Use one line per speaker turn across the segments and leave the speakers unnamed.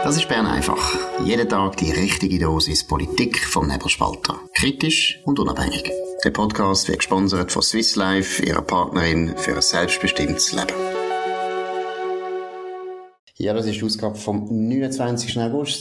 Das ist Bern einfach. Jeden Tag die richtige Dosis Politik vom Nebelspalter. Kritisch und unabhängig. Der Podcast wird gesponsert von Swiss Life, ihrer Partnerin für ein selbstbestimmtes Leben. Ja, das ist die Ausgabe vom 29. August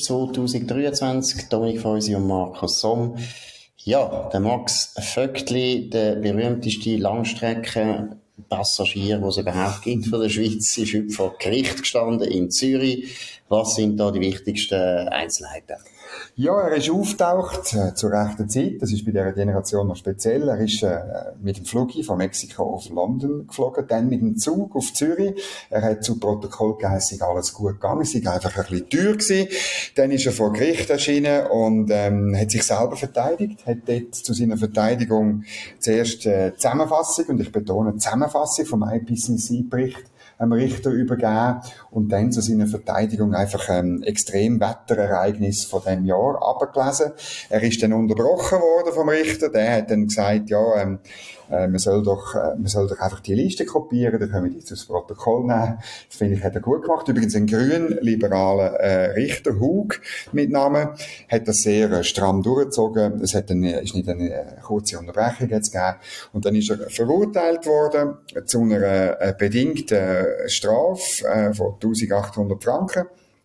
2023. Dominik Feusi und Markus Somm. Ja, der Max Vögtli, der berühmteste Langstreckenpassagier, den es überhaupt gibt von der Schweiz, ist heute vor Gericht gestanden in Zürich. Was sind da die wichtigsten Einzelheiten?
Ja, er ist aufgetaucht zur rechten Zeit. Das ist bei dieser Generation noch speziell. Er ist mit dem Flug von Mexiko auf London geflogen, dann mit dem Zug auf Zürich. Er hat zu Protokoll gegeben, es sei alles gut gegangen, es sei einfach ein bisschen teuer gewesen. Dann ist er vor Gericht erschienen und hat sich selber verteidigt, hat dort zu seiner Verteidigung zuerst Zusammenfassung, und ich betone Zusammenfassung vom IPCC-Bericht, einem Richter übergeben und dann zu seiner Verteidigung einfach ein Extremwetterereignis von diesem Jahr abgelesen. Er ist dann unterbrochen worden vom Richter. Der hat dann gesagt, ja, man soll doch einfach die Liste kopieren, dann können wir die das Protokoll nehmen. Das finde ich, hat er gut gemacht. Übrigens ein grün-liberaler Richter, Hug mit Namen, hat das sehr stramm durchgezogen. Es ist nicht eine kurze Unterbrechung jetzt gegeben. Und dann ist er verurteilt worden zu einer bedingten Strafe von 1'800 Franken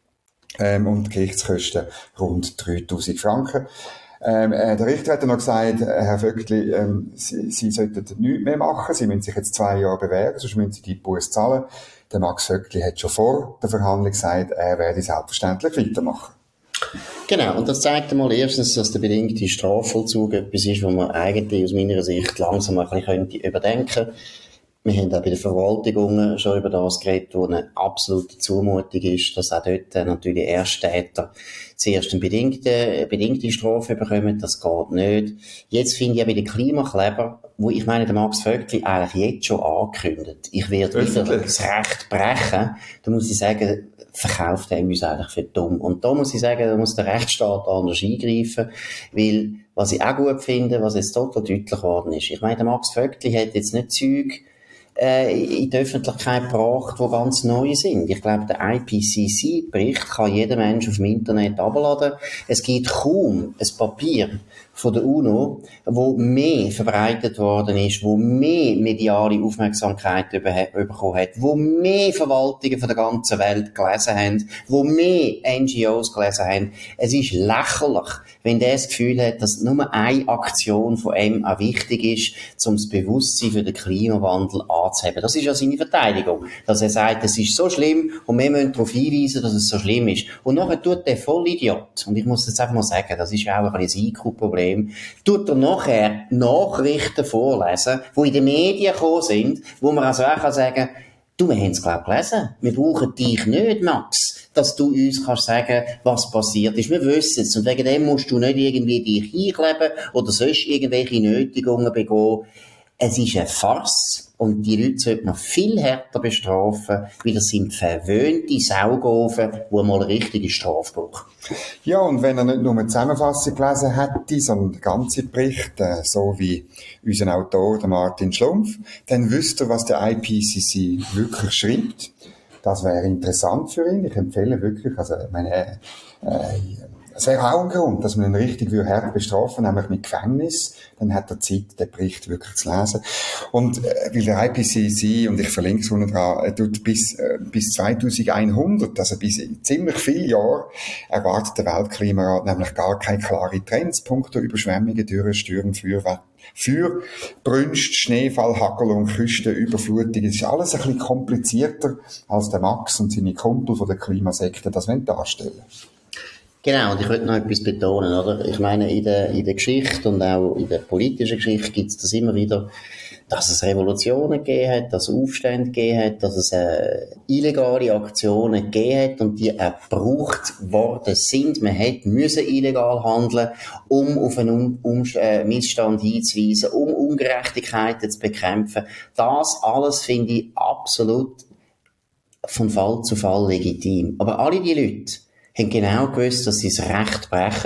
und Gerichtskosten rund 3'000 Franken. Der Richter hat dann noch gesagt, Herr Vögtli, Sie sollten nichts mehr machen, Sie müssen sich jetzt 2 Jahre bewähren, sonst müssen Sie die Busse zahlen. Der Max Vögtli hat schon vor der Verhandlung gesagt, er werde selbstverständlich weitermachen.
Genau, und das zeigt einmal erstens, dass der bedingte Strafvollzug etwas ist, was man eigentlich aus meiner Sicht langsam ein bisschen überdenken könnte. Wir haben auch bei den Verwaltungen schon über das geredet, wo eine absolute Zumutung ist, dass auch dort natürlich Ersttäter zuerst eine bedingte Strafe bekommen. Das geht nicht. Jetzt finde ich auch bei den Klimakleber, wo ich meine, der Max Vögtli eigentlich jetzt schon angekündigt, ich werde wieder das Recht brechen. Da muss ich sagen, verkauft er uns eigentlich für dumm. Und da muss ich sagen, da muss der Rechtsstaat anders eingreifen, weil, was ich auch gut finde, was jetzt total deutlich geworden ist, ich meine, der Max Vögtli hat jetzt nicht Zeug in die Öffentlichkeit gebracht, die ganz neu sind. Ich glaube, der IPCC-Bericht kann jeder Mensch auf dem Internet abladen. Es gibt kaum ein Papier von der UNO, wo mehr verbreitet worden ist, wo mehr mediale Aufmerksamkeit bekommen hat, wo mehr Verwaltungen von der ganzen Welt gelesen haben, wo mehr NGOs gelesen haben. Es ist lächerlich, wenn der das Gefühl hat, dass nur eine Aktion von ihm auch wichtig ist, um das Bewusstsein für den Klimawandel anzuheben. Das ist ja seine Verteidigung, dass er sagt, es ist so schlimm und wir müssen darauf hinweisen, dass es so schlimm ist. Und nachher tut der Vollidiot, und ich muss jetzt einfach mal sagen, das ist ja auch ein IQ-Problem, tut er nachher Nachrichten vorlesen, die in den Medien gekommen sind, wo man also auch sagen kann, du, wir haben es, glaube ich, gelesen. Wir brauchen dich nicht, Max, dass du uns kannst sagen, was passiert ist. Wir wissen es. Und wegen dem musst du nicht irgendwie dich einkleben oder sonst irgendwelche Nötigungen begehen. Es ist eine Farce. Und die Leute sollten man viel härter bestrafen, weil das sind verwöhnte Saugofen, die mal eine richtige Strafe brauchen.
Ja, und wenn er nicht nur eine Zusammenfassung gelesen hätte, sondern den ganzen Bericht, so wie unser Autor, der Martin Schlumpf, dann wüsste er, was der IPCC wirklich schreibt. Das wäre interessant für ihn. Ich empfehle wirklich, also, ich meine, es wäre auch ein Grund, dass man ihn richtig hart bestrafen, nämlich mit Gefängnis. Dann hat er Zeit, den Bericht wirklich zu lesen. Und weil der IPCC, und ich verlinke es unten dran, tut bis 2100, also bis ziemlich viele Jahre, erwartet der Weltklimarat nämlich gar keine klare Trends, punkto Überschwemmungen, Dürre, Stürme, Brünst, Schneefall, Hagel und Küstenüberflutung. Es ist alles ein bisschen komplizierter, als der Max und seine Kumpel von der Klimasekte das darstellen.
Genau, und ich möchte noch etwas betonen, oder? Ich meine, in der Geschichte und auch in der politischen Geschichte gibt es das immer wieder, dass es Revolutionen gegeben hat, dass es Aufstände gegeben hat, dass es illegale Aktionen gegeben hat und die auch gebraucht worden sind. Man müssen illegal handeln, um auf einen Missstand hinzuweisen, um Ungerechtigkeiten zu bekämpfen. Das alles finde ich absolut von Fall zu Fall legitim. Aber alle die Leute haben genau gewusst, dass sie das Recht brechen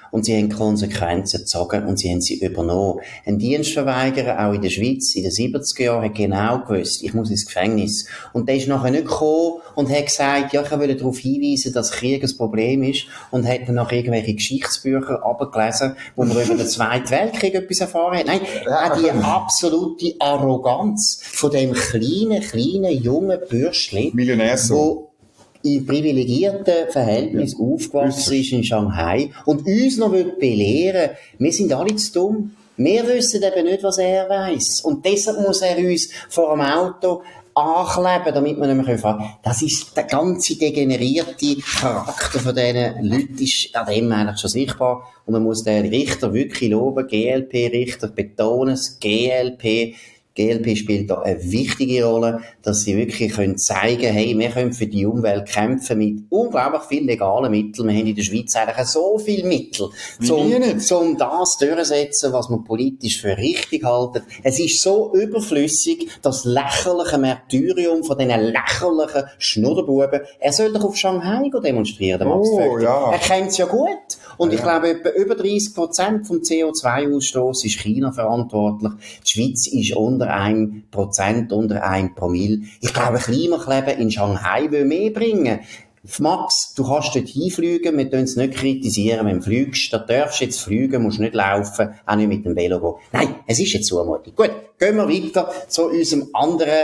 und sie haben Konsequenzen gezogen und sie haben sie übernommen. Ein Dienstverweigerer, auch in der Schweiz, in den 70er Jahren, hat genau gewusst, ich muss ins Gefängnis. Und der ist nachher nicht gekommen und hat gesagt, ja, ich will darauf hinweisen, dass Krieg ein Problem ist, und hat dann nach irgendwelche Geschichtsbücher abgelesen, wo man über den Zweiten Weltkrieg etwas erfahren hat. Nein, auch die absolute Arroganz von dem kleinen, jungen Bürschli, wo in privilegierten Verhältnissen aufgewachsen ist in Shanghai und uns noch belehren, wir sind alle zu dumm. Wir wissen eben nicht, was er weiss. Und deshalb muss er uns vor dem Auto ankleben, damit wir nicht mehr fahren können. Das ist der ganze degenerierte Charakter von diesen Leuten, ist an dem eigentlich schon sichtbar. Und man muss den Richter wirklich loben, GLP-Richter, betonen es, GLP spielt da eine wichtige Rolle, dass sie wirklich können zeigen, hey, wir können für die Umwelt kämpfen mit unglaublich vielen legalen Mitteln. Wir haben in der Schweiz eigentlich so viele Mittel, um das durchzusetzen, was man politisch für richtig halten. Es ist so überflüssig, das lächerliche Martyrium von diesen lächerlichen Schnudderbuben. Er soll doch auf Shanghai demonstrieren, Max Vögel. Ja. Er kennt es ja gut. Und ich glaube, etwa über 30% vom CO2-Ausstoß ist China verantwortlich. Die Schweiz ist unter 1%, unter 1 Promille. Ich glaube, Klimakleber in Shanghai will mehr bringen. Max, du kannst dort hinfliegen, wir tun es nicht kritisieren, wenn du fliegst. Da darfst du jetzt fliegen, musst nicht laufen, auch nicht mit dem Velo gehen. Nein, es ist jetzt Zumutung. Gut, gehen wir weiter zu unserem anderen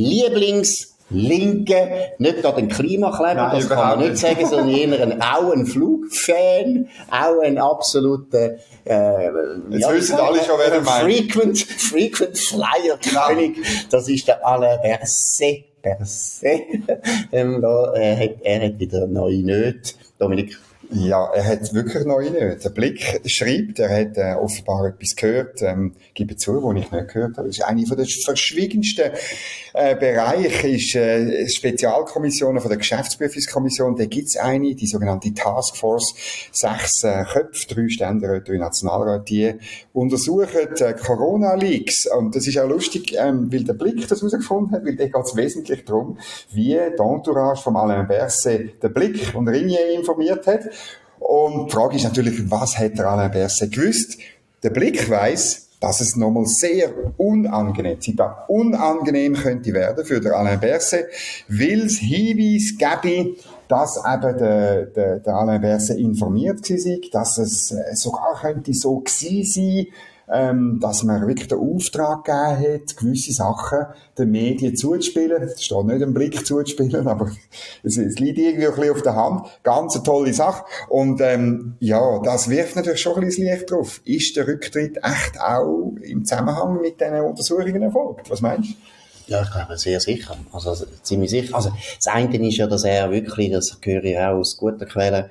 Linke, nicht gerade ein Klimakleber, nein, das kann man nicht sagen, sondern eher auch ein Flugfan, auch ein absoluter,
jetzt wissen alle schon, wer
meint. Frequent Flyer König, das ist der Alain Berset. Er hat wieder neue Nöte. Dominik?
Ja, er hat wirklich neue Nöte. Der Blick schreibt, er hat offenbar etwas gehört, gebe zu, was ich nicht gehört habe. Das ist einer von den verschwiegensten Bereiche, ist Spezialkommissionen von der Geschäftsprüfungskommission. Da gibt's eine, die sogenannte Taskforce, 6 Köpfe, 3 Ständeräte, 3 Nationalräte, die untersuchen Corona-Leaks. Und das ist auch lustig, weil der Blick das herausgefunden hat, weil da geht es wesentlich darum, wie die Entourage von Alain Berset den Blick und Ringier informiert hat. Und die Frage ist natürlich, was hat der Alain Berset gewusst? Der Blick weiss, dass es nochmal sehr unangenehm könnte werden für den Alain Berset, weil es Hinweise gäbe, dass eben der Alain Berset informiert war, dass es sogar könnte so gewesen sein, dass man wirklich den Auftrag gegeben hat, gewisse Sachen den Medien zuzuspielen. Es steht nicht im Blick zuzuspielen, aber es liegt irgendwie ein bisschen auf der Hand. Ganz eine tolle Sache. Und ja, das wirft natürlich schon ein bisschen Licht drauf. Ist der Rücktritt echt auch im Zusammenhang mit diesen Untersuchungen erfolgt? Was meinst du?
Ja, ich glaube, sehr sicher. Also, ziemlich sicher. Also, das eine ist ja, dass er wirklich, das höre ich auch aus guter Quelle,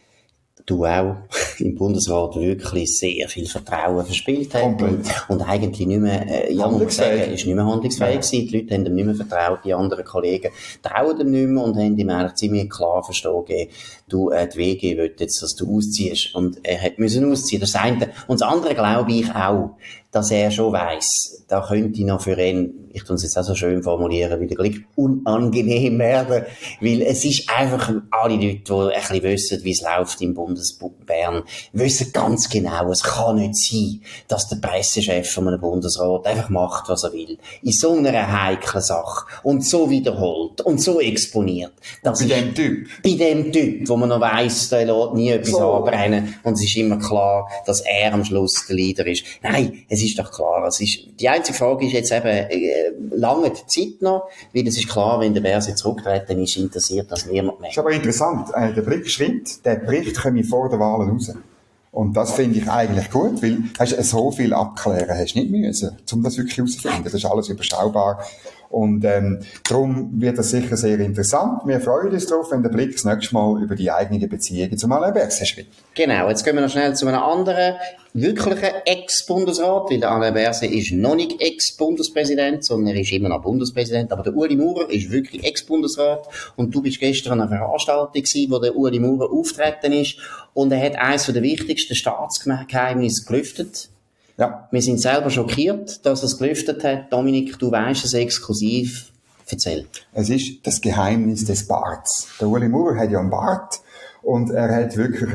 du auch im Bundesrat wirklich sehr viel Vertrauen verspielt hat und eigentlich nicht mehr, muss sagen, ist nicht mehr handlungsfähig gewesen. Die Leute haben ihm nicht mehr vertraut, die anderen Kollegen trauen ihm nicht mehr und haben ihm eigentlich ziemlich klar Verstehen gegeben, du, die WG will jetzt, dass du ausziehst. Und er hat müssen ausziehen, das eine. Und das andere glaube ich auch, dass er schon weiss, da könnte noch für ihn, ich tue es jetzt auch so schön formulieren, wieder gleich unangenehm werden, weil es ist einfach, alle Leute, die ein bisschen wissen, wie es läuft im Bundesbund Bern, wissen ganz genau, es kann nicht sein, dass der Pressechef von einem Bundesrat einfach macht, was er will. In so einer heiklen Sache. Und so wiederholt. Und so exponiert.
Das bei dem Typ?
Bei dem Typ, wo man noch weiss, der lässt nie etwas anbrennen. Und es ist immer klar, dass er am Schluss der Leader ist. Nein, es ist doch klar. Die einzige Frage ist jetzt eben, lange die Zeit noch, weil es ist klar, wenn der Berset zurücktritt, dann ist interessiert das niemand mehr.
Das ist aber interessant. Der Blick schreibt, der Bericht komme vor der Wahlen raus. Und das finde ich eigentlich gut, weil hast so viel abklären hast nicht müssen, um das wirklich herauszufinden. Das ist alles überschaubar. Und darum wird das sicher sehr interessant. Wir freuen uns darauf, wenn der Blick das nächste Mal über die eigenen Beziehungen zum Alain Berset schreibt.
Genau, jetzt gehen wir noch schnell zu einem anderen wirklichen Ex-Bundesrat, weil der Alain Berset ist noch nicht Ex-Bundespräsident, sondern er ist immer noch Bundespräsident. Aber der Ueli Maurer ist wirklich Ex-Bundesrat. Und du bist gestern an einer Veranstaltung gewesen, wo der Ueli Maurer auftreten ist. Und er hat eines der wichtigsten Staatsgeheimnisse gelüftet. Ja. Wir sind selber schockiert, dass er es gelüftet hat. Dominik, du weisst es exklusiv. Erzähl.
Es ist das Geheimnis des Barts. Der Ueli Maurer hat ja einen Bart. Und er hat wirklich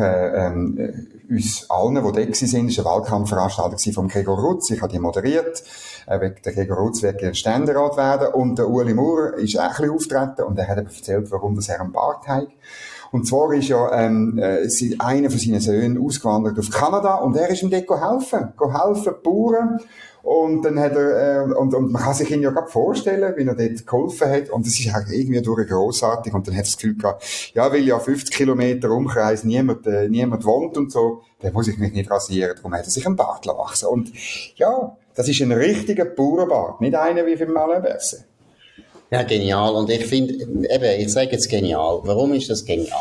uns allen, die da waren, ist eine Wahlkampfveranstaltung von Gregor Rutz. Ich habe die moderiert. Der Gregor Rutz wird gerne Ständerat werden. Und der Ueli Maurer ist auch ein bisschen auftreten. Und er hat eben erzählt, warum er einen Bart hat. Und zwar ist ja einer von seinen Söhnen ausgewandert auf Kanada. Und er ist ihm dort helfen, Bauern. Und dann hat er, und man kann sich ihn ja gerade vorstellen, wie er dort geholfen hat. Und das ist auch irgendwie durch grossartig. Und dann hat er das Gefühl gehabt, ja, weil ja 50 Kilometer Umkreis niemand wohnt und so, dann muss ich mich nicht rasieren. Darum hat er sich einen Bart wachsen. Und ja, das ist ein richtiger Bauernbart. Nicht einer wie für Alain Berset.
Ja, genial. Und ich finde, eben, ich sage jetzt genial. Warum ist das genial?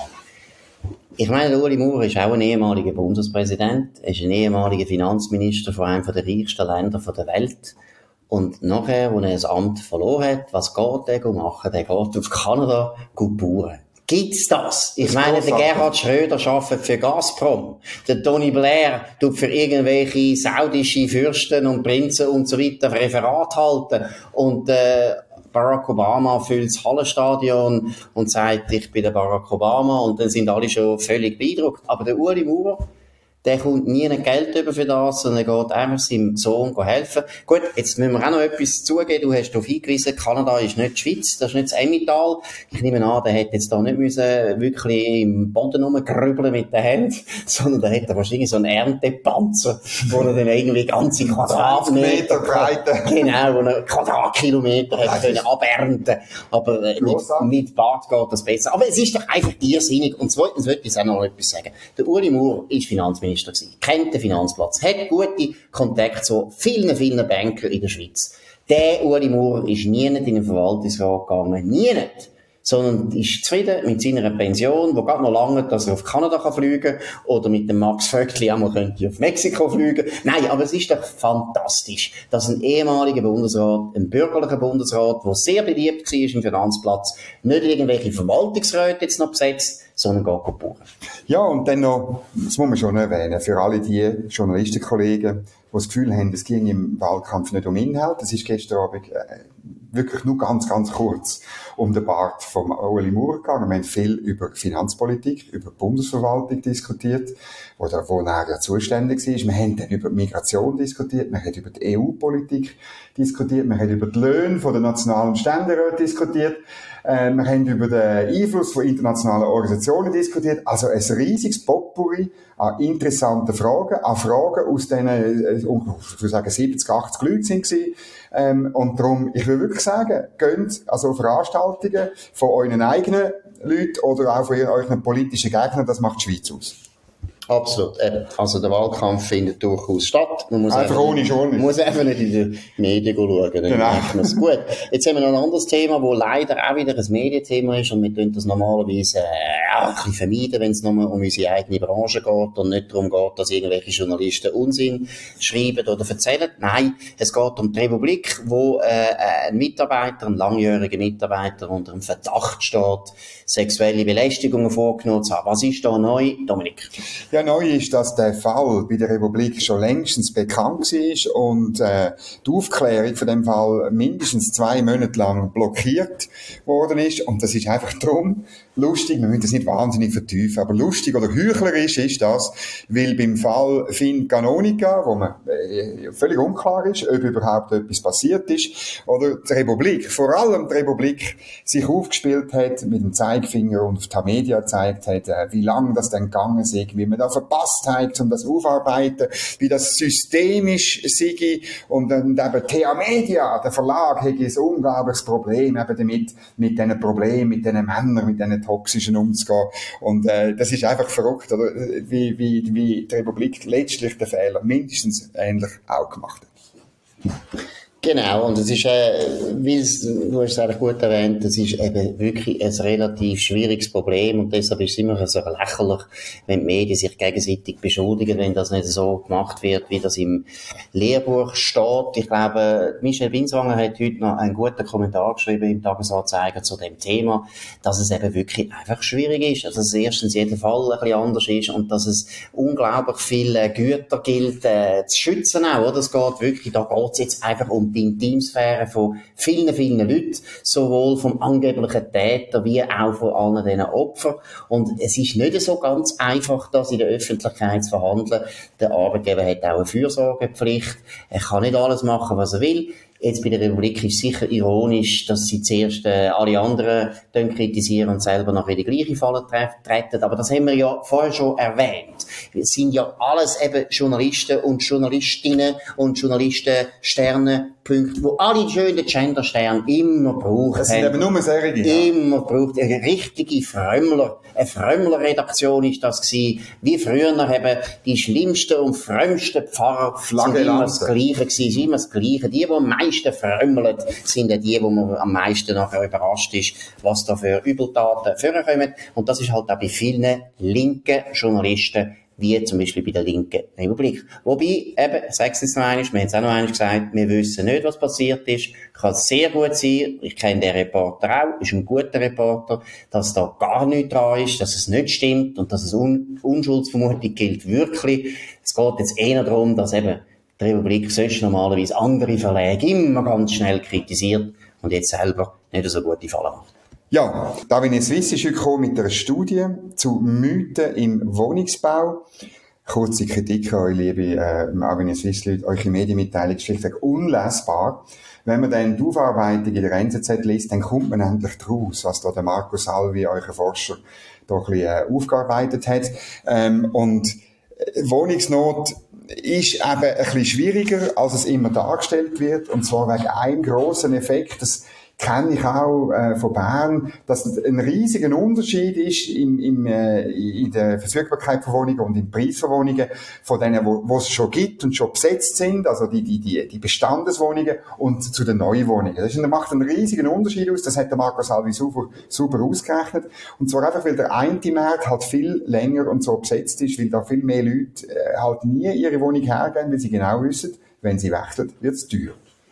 Ich meine, der Ueli Maurer ist auch ein ehemaliger Bundespräsident, er ist ein ehemaliger Finanzminister von einem der reichsten Länder der Welt. Und nachher, als er das Amt verloren hat, was geht der machen? Der geht auf Kanada, bauen. Gibt's das? Ich meine, der Gerhard Schröder arbeitet für Gazprom. Der Tony Blair tut für irgendwelche saudische Fürsten und Prinzen und so weiter Referat halten. Und, Barack Obama füllt das Hallenstadion und sagt, ich bin der Barack Obama, und dann sind alle schon völlig beeindruckt. Aber der Ueli Maurer, der kommt nie ein Geld über für das, sondern er geht einfach seinem Sohn helfen. Gut, jetzt müssen wir auch noch etwas zugeben. Du hast darauf hingewiesen, Kanada ist nicht die Schweiz, das ist nicht das Emmental. Ich nehme an, der hätte jetzt da nicht müssen wirklich im Boden rumgrübeln mit den Händen, sondern der hätte wahrscheinlich so einen Erntepanzer, wo er dann irgendwie ganze Quadratmeter
Breite.
Genau, wo er Quadratkilometer hätte können abernten. Aber mit Bart geht das besser. Aber es ist doch einfach irrsinnig. Und zweitens würde ich auch noch etwas sagen. Der Ueli Maurer ist Finanzminister gewesen, kennt den Finanzplatz, hat gute Kontakte zu vielen Bankern in der Schweiz. Der Ueli Maurer ist nie in den Verwaltungsrat gegangen, nie nicht, sondern ist zufrieden mit seiner Pension, wo gerade noch lange, dass er auf Kanada fliegen kann, oder mit dem Max Vöckli einmal könnte auf Mexiko fliegen. Nein, aber es ist doch fantastisch, dass ein ehemaliger Bundesrat, ein bürgerlicher Bundesrat, der sehr beliebt war im Finanzplatz, nicht irgendwelche Verwaltungsräte jetzt noch besetzt, sondern geht bauen.
Ja, und dann noch, das muss man schon erwähnen, für alle die Journalistenkollegen, die das Gefühl haben, es ging im Wahlkampf nicht um Inhalt. Das ist gestern Abend wirklich nur ganz kurz um den Bart vom Ueli Maurer gegangen. Wir haben viel über Finanzpolitik, über die Bundesverwaltung diskutiert, wo er ja zuständig ist. Wir haben dann über die Migration diskutiert, wir haben über die EU-Politik diskutiert, wir haben über die Löhne der nationalen Ständeräte diskutiert. Wir haben über den Einfluss von internationalen Organisationen diskutiert. Also ein riesiges Potpourri an interessanten Fragen, an Fragen aus denen, ich würde sagen, 70, 80 Leute sind. Und darum, ich will wirklich sagen, geht also Veranstaltungen von euren eigenen Leuten oder auch von euren politischen Gegnern, das macht die Schweiz aus.
Absolut. Also der Wahlkampf findet durchaus statt. Man muss
einfach ohne Schonung.
Muss einfach nicht in die Medien schauen. Dann merkt man es. Gut. Jetzt haben wir noch ein anderes Thema, wo leider auch wieder ein Medienthema ist, und wir tun das normalerweise ein bisschen vermeiden, wenn es nur um unsere eigene Branche geht und nicht darum geht, dass irgendwelche Journalisten Unsinn schreiben oder erzählen. Nein, es geht um die Republik, wo ein Mitarbeiter, ein langjähriger Mitarbeiter unter dem Verdacht steht, sexuelle Belästigungen vorgenommen zu haben. Was ist da neu, Dominik?
Ja, neu ist, dass der Fall bei der Republik schon längstens bekannt war und die Aufklärung von dem Fall mindestens 2 Monate lang blockiert worden ist. Und das ist einfach drum lustig, wir müssen das nicht wahnsinnig vertiefen, aber lustig oder heuchlerisch ist das, weil beim Fall Finn Canonica, wo man völlig unklar ist, ob überhaupt etwas passiert ist, oder die Republik, vor allem die Republik, sich aufgespielt hat, mit dem Zeigefinger und auf die Media gezeigt hat, wie lange das denn gegangen ist, wie man da verpasst hat, um das aufarbeiten, wie das systemisch sei, und dann eben TH Media, der Verlag, hat ein unglaubliches Problem eben damit, mit diesen Problemen, mit diesen Männern, mit diesen Toxischen umzugehen. Und das ist einfach verrückt, oder? Wie die Republik letztlich den Fehler mindestens ähnlich auch gemacht hat.
Genau, und es ist, du hast es eigentlich gut erwähnt, es ist eben wirklich ein relativ schwieriges Problem, und deshalb ist es immer so lächerlich, wenn die Medien sich gegenseitig beschuldigen, wenn das nicht so gemacht wird, wie das im Lehrbuch steht. Ich glaube, Michel Binswanger hat heute noch einen guten Kommentar geschrieben im Tagesanzeiger zu dem Thema, dass es eben wirklich einfach schwierig ist, also dass es erstens jeden Fall ein bisschen anders ist und dass es unglaublich viele Güter gilt zu schützen auch, oder? Es geht wirklich, da geht es jetzt einfach um die Intimsphäre von vielen, vielen Leuten, sowohl vom angeblichen Täter wie auch von allen diesen Opfern. Und es ist nicht so ganz einfach, das in der Öffentlichkeit zu verhandeln. Der Arbeitgeber hat auch eine Fürsorgepflicht. Er kann nicht alles machen, was er will. Jetzt bei der Republik ist sicher ironisch, dass sie zuerst alle anderen kritisieren und selber nachher in die gleiche Falle treten. Aber das haben wir ja vorher schon erwähnt. Wir sind ja alles eben Journalisten und Journalistinnen und Journalistensternenpunkte, wo alle schönen Gendersterne immer brauchen.
Das sind eben nur solche,
immer braucht. Eine richtige eine Frömmler-Redaktion ist das gewesen. Wie früher eben die schlimmsten und frömmsten Pfarrer sind immer das Gleiche gewesen. Ist immer das Gleiche. Die am meisten frömmeln, sind die, wo man am meisten nachher überrascht ist, was da für Übeltaten vorkommen. Und das ist halt auch bei vielen linken Journalisten, wie zum Beispiel bei der linken Republik. Wobei, eben, ich sage es jetzt noch einmal, wir haben es auch noch einmal gesagt, wir wissen nicht, was passiert ist. Kann sehr gut sein, ich kenne den Reporter auch, ist ein guter Reporter, dass da gar nichts dran ist, dass es nicht stimmt und dass es Unschuldsvermutung gilt wirklich. Es geht jetzt eher darum, dass eben die Republik sonst normalerweise andere Verlage immer ganz schnell kritisiert und jetzt selber nicht so gute Fallen macht.
Ja, Davine Suisse ist heute gekommen mit einer Studie zu Mythen im Wohnungsbau. Kurze Kritik an euch, liebe Davine Suisse-Leute. Eure Medienmitteilung ist schlichtweg unlesbar. Wenn man dann die Aufarbeitung in der NZZ liest, dann kommt man endlich draus, was da der Marco Salvi, euer Forscher, da ein bisschen aufgearbeitet hat. Und Wohnungsnot ist eben ein bisschen schwieriger, als es immer dargestellt wird. Und zwar wegen einem grossen Effekt, das kenne ich auch von Bern, dass es ein riesiger Unterschied ist in der Verfügbarkeit von Wohnungen und im Preis von Wohnungen von denen, wo es schon gibt und schon besetzt sind, also die Bestandeswohnungen und zu den neuen Wohnungen. Das macht einen riesigen Unterschied aus. Das hat der Marco Salvi super ausgerechnet. Und zwar einfach, weil der eine Markt halt viel länger und so besetzt ist, weil da viel mehr Leute halt nie ihre Wohnung hergeben, weil sie genau wissen, wenn sie wechseln, wird es teuer.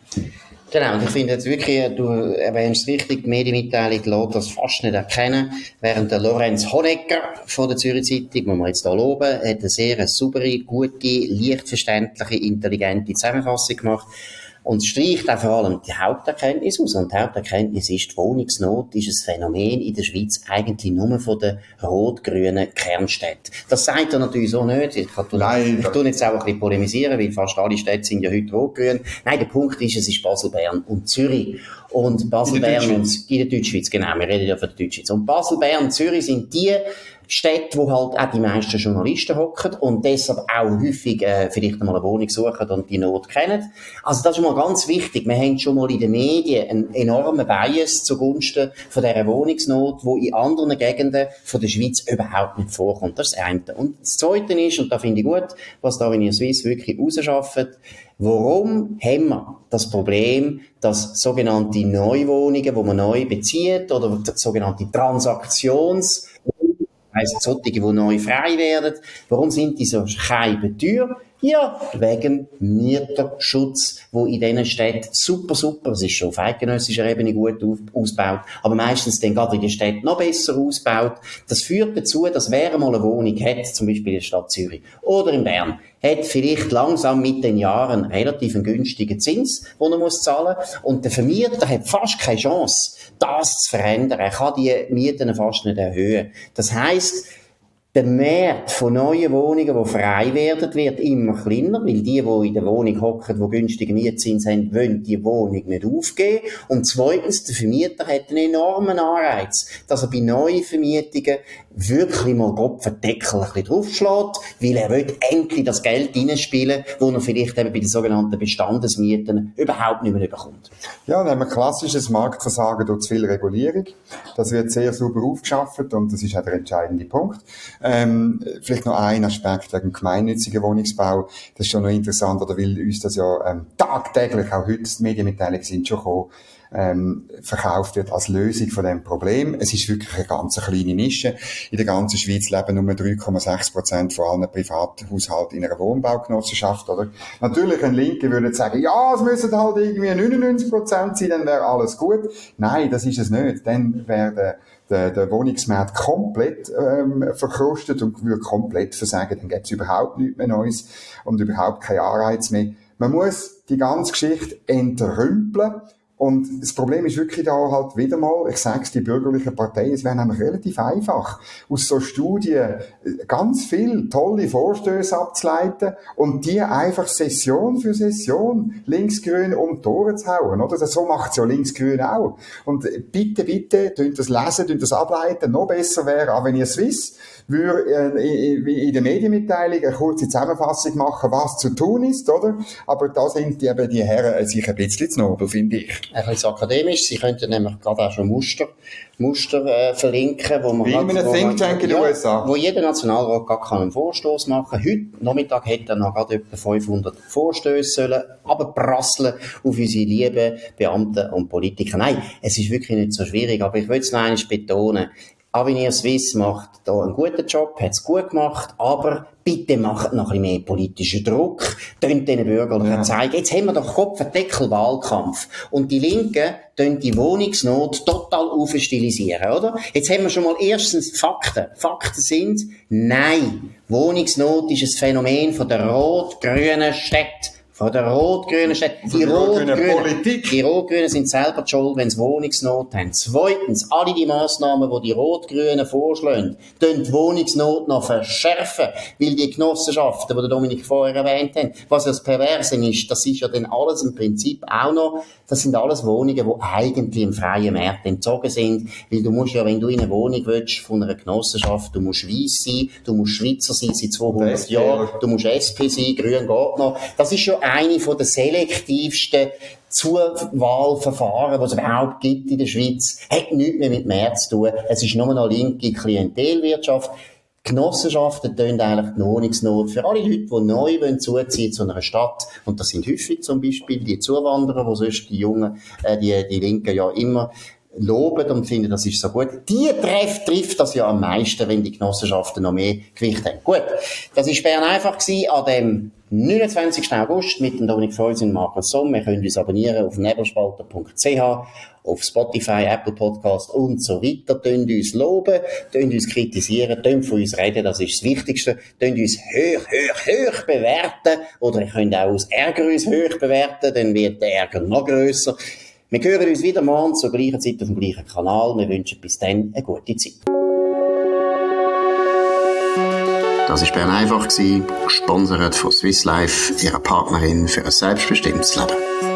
Genau, und ich finde jetzt wirklich, du erwähnst es richtig, die Medienmitteilung lässt das fast nicht erkennen, während der Lorenz Honecker von der Zürich Zeitung, muss man jetzt hier loben, hat eine sehr saubere, gute, leicht verständliche, intelligente Zusammenfassung gemacht. Und es streicht auch vor allem die Haupterkenntnis aus. Und die Haupterkenntnis ist, die Wohnungsnot ist ein Phänomen in der Schweiz eigentlich nur von den rot-grünen Kernstädten. Das sagt er natürlich so nicht. Ich tue jetzt auch ein bisschen polemisieren, weil fast alle Städte sind ja heute rot-grün. Nein, der Punkt ist, es ist Basel, Bern und Zürich. Und Basel, Bern und in der Deutschschweiz, genau, wir reden ja von der Deutschschweiz. Und Basel, Bern und Zürich sind die Städte, wo halt auch die meisten Journalisten hocken und deshalb auch häufig vielleicht einmal eine Wohnung suchen und die Not kennen. Also das ist mal ganz wichtig. Wir haben schon mal in den Medien einen enormen Bias zugunsten von dieser Wohnungsnot, die in anderen Gegenden von der Schweiz überhaupt nicht vorkommt. Das ist das eine. Und das Zweite ist, und da finde ich gut, was da in der Swiss wirklich rausschafft, warum haben wir das Problem, dass sogenannte Neuwohnungen, die man neu bezieht, oder sogenannte Transaktions heisst solche, die neu frei werden. Warum sind die so scheibenteuer? Ja, wegen Mieterschutz, wo in diesen Städten super, es ist schon auf eidgenössischer Ebene gut ausgebaut, aber meistens dann gerade in den Städten noch besser ausgebaut. Das führt dazu, dass wer mal eine Wohnung hat, zum Beispiel in der Stadt Zürich oder in Bern, hat vielleicht langsam mit den Jahren relativ einen günstigen Zins, den er zahlen muss. Und der Vermieter hat fast keine Chance, das zu verändern. Er kann die Mieten fast nicht erhöhen. Das heisst, der Markt von neuen Wohnungen, die frei werden, wird immer kleiner, weil die in der Wohnung hocken, die günstige Mietzins haben, wollen die Wohnung nicht aufgeben. Und zweitens, der Vermieter hat einen enormen Anreiz, dass er bei neuen Vermietungen wirklich mal Kopf den Deckel ein bisschen draufschlägt, weil er will endlich das Geld reinspielen, das er vielleicht eben bei den sogenannten Bestandesmieten überhaupt nicht mehr bekommt.
Ja, dann haben wir klassisches Marktversagen durch zu viel Regulierung. Das wird sehr sauber aufgeschafft und das ist auch der entscheidende Punkt. Vielleicht noch ein Aspekt wegen gemeinnützigen Wohnungsbau. Das ist schon noch interessant, oder weil uns das ja tagtäglich, auch heute die Medienmitteilungen sind schon gekommen, verkauft wird als Lösung von dem Problem. Es ist wirklich eine ganz kleine Nische. In der ganzen Schweiz leben nur 3,6% von allen Privathaushalten in einer Wohnbaugenossenschaft, oder? Natürlich, ein Linke würde sagen, ja, es müssen halt irgendwie 99% sein, dann wäre alles gut. Nein, das ist es nicht. Dann wäre der Wohnungsmarkt komplett verkrustet und würde komplett versagen. Dann gäbe es überhaupt nichts mehr Neues und überhaupt keinen Anreiz mehr. Man muss die ganze Geschichte entrümpeln. Und das Problem ist wirklich da halt wieder mal, ich sag's, die bürgerlichen Parteien, es wäre nämlich relativ einfach, aus so Studien ganz viele tolle Vorstöße abzuleiten und die einfach Session für Session Linksgrün um die Ohren zu hauen, oder? So macht's ja Linksgrün auch. Und bitte, tun das lesen, tun das ableiten, noch besser wäre, auch wenn ihr Swiss würde in der Medienmitteilung eine kurze Zusammenfassung machen, was zu tun ist, oder? Aber da sind die Herren sich ein bisschen zu nobel, finde ich.
Ein bisschen akademisch. Sie könnten nämlich gerade auch schon Muster verlinken, wo man
wie in einem Think Tank in den USA.
Wo jeder Nationalrat gar einen Vorstoß machen kann. Heute Nachmittag hätte er noch gerade etwa 500 Vorstöße sollen runterprasseln auf unsere lieben Beamten und Politiker. Nein, es ist wirklich nicht so schwierig, aber ich will es noch einmal betonen. Avenir Suisse macht da einen guten Job, hat es gut gemacht, aber bitte macht noch ein bisschen mehr politischen Druck, tönt den Bürgerlichen zeigen. Jetzt haben wir doch Kopf-Deckel-Wahlkampf. Und die Linken tönt die Wohnungsnot total aufstilisieren, oder? Jetzt haben wir schon mal erstens Fakten. Fakten sind, nein, Wohnungsnot ist ein Phänomen von der rot-grünen Städte. Von der rot-grünen Stadt. Die Rot-Grünen sind selber schuld, wenn sie Wohnungsnot haben. Zweitens, alle die Massnahmen, die Rot-Grünen vorschlagen, tun die Wohnungsnot noch verschärfen, weil die Genossenschaften, die der Dominik vorher erwähnt hat, was ja das Perverse ist, das ist ja dann alles im Prinzip auch noch, das sind alles Wohnungen, die eigentlich im freien Markt entzogen sind, weil du musst ja, wenn du in eine Wohnung willst, von einer Genossenschaft, du musst weiss sein, du musst Schweizer sein seit 200 Jahren, du musst SP sein, grün geht noch. Das ist schon eine von der selektivsten Zuwahlverfahren, die es überhaupt gibt in der Schweiz. Hat nichts mehr mit März zu tun. Es ist nur noch linke Klientelwirtschaft. Genossenschaften tun eigentlich die Wohnungsnot für alle Leute, die neu zuziehen zu einer Stadt. Und das sind häufig zum Beispiel die Zuwanderer, die sonst die Jungen, die Linken ja immer loben und finden, das ist so gut. Die trifft das ja am meisten, wenn die Genossenschaften noch mehr Gewicht haben. Gut, das war Bern einfach an dem 29. August mit dem Dominik Freuds und Markus Somm. Wir können uns abonnieren auf nebelspalter.ch, auf Spotify, Apple Podcast und so weiter. Tönt uns loben, tönt uns kritisieren, tönt von uns reden, das ist das Wichtigste. Tönt uns hoch bewerten, oder ihr könnt auch aus Ärger uns hoch bewerten, dann wird der Ärger noch grösser. Wir hören uns wieder morgen zur gleichen Zeit auf dem gleichen Kanal. Wir wünschen bis dann eine gute Zeit. Das war Bern einfach, gesponsert von Swiss Life, ihrer Partnerin für ein selbstbestimmtes Leben.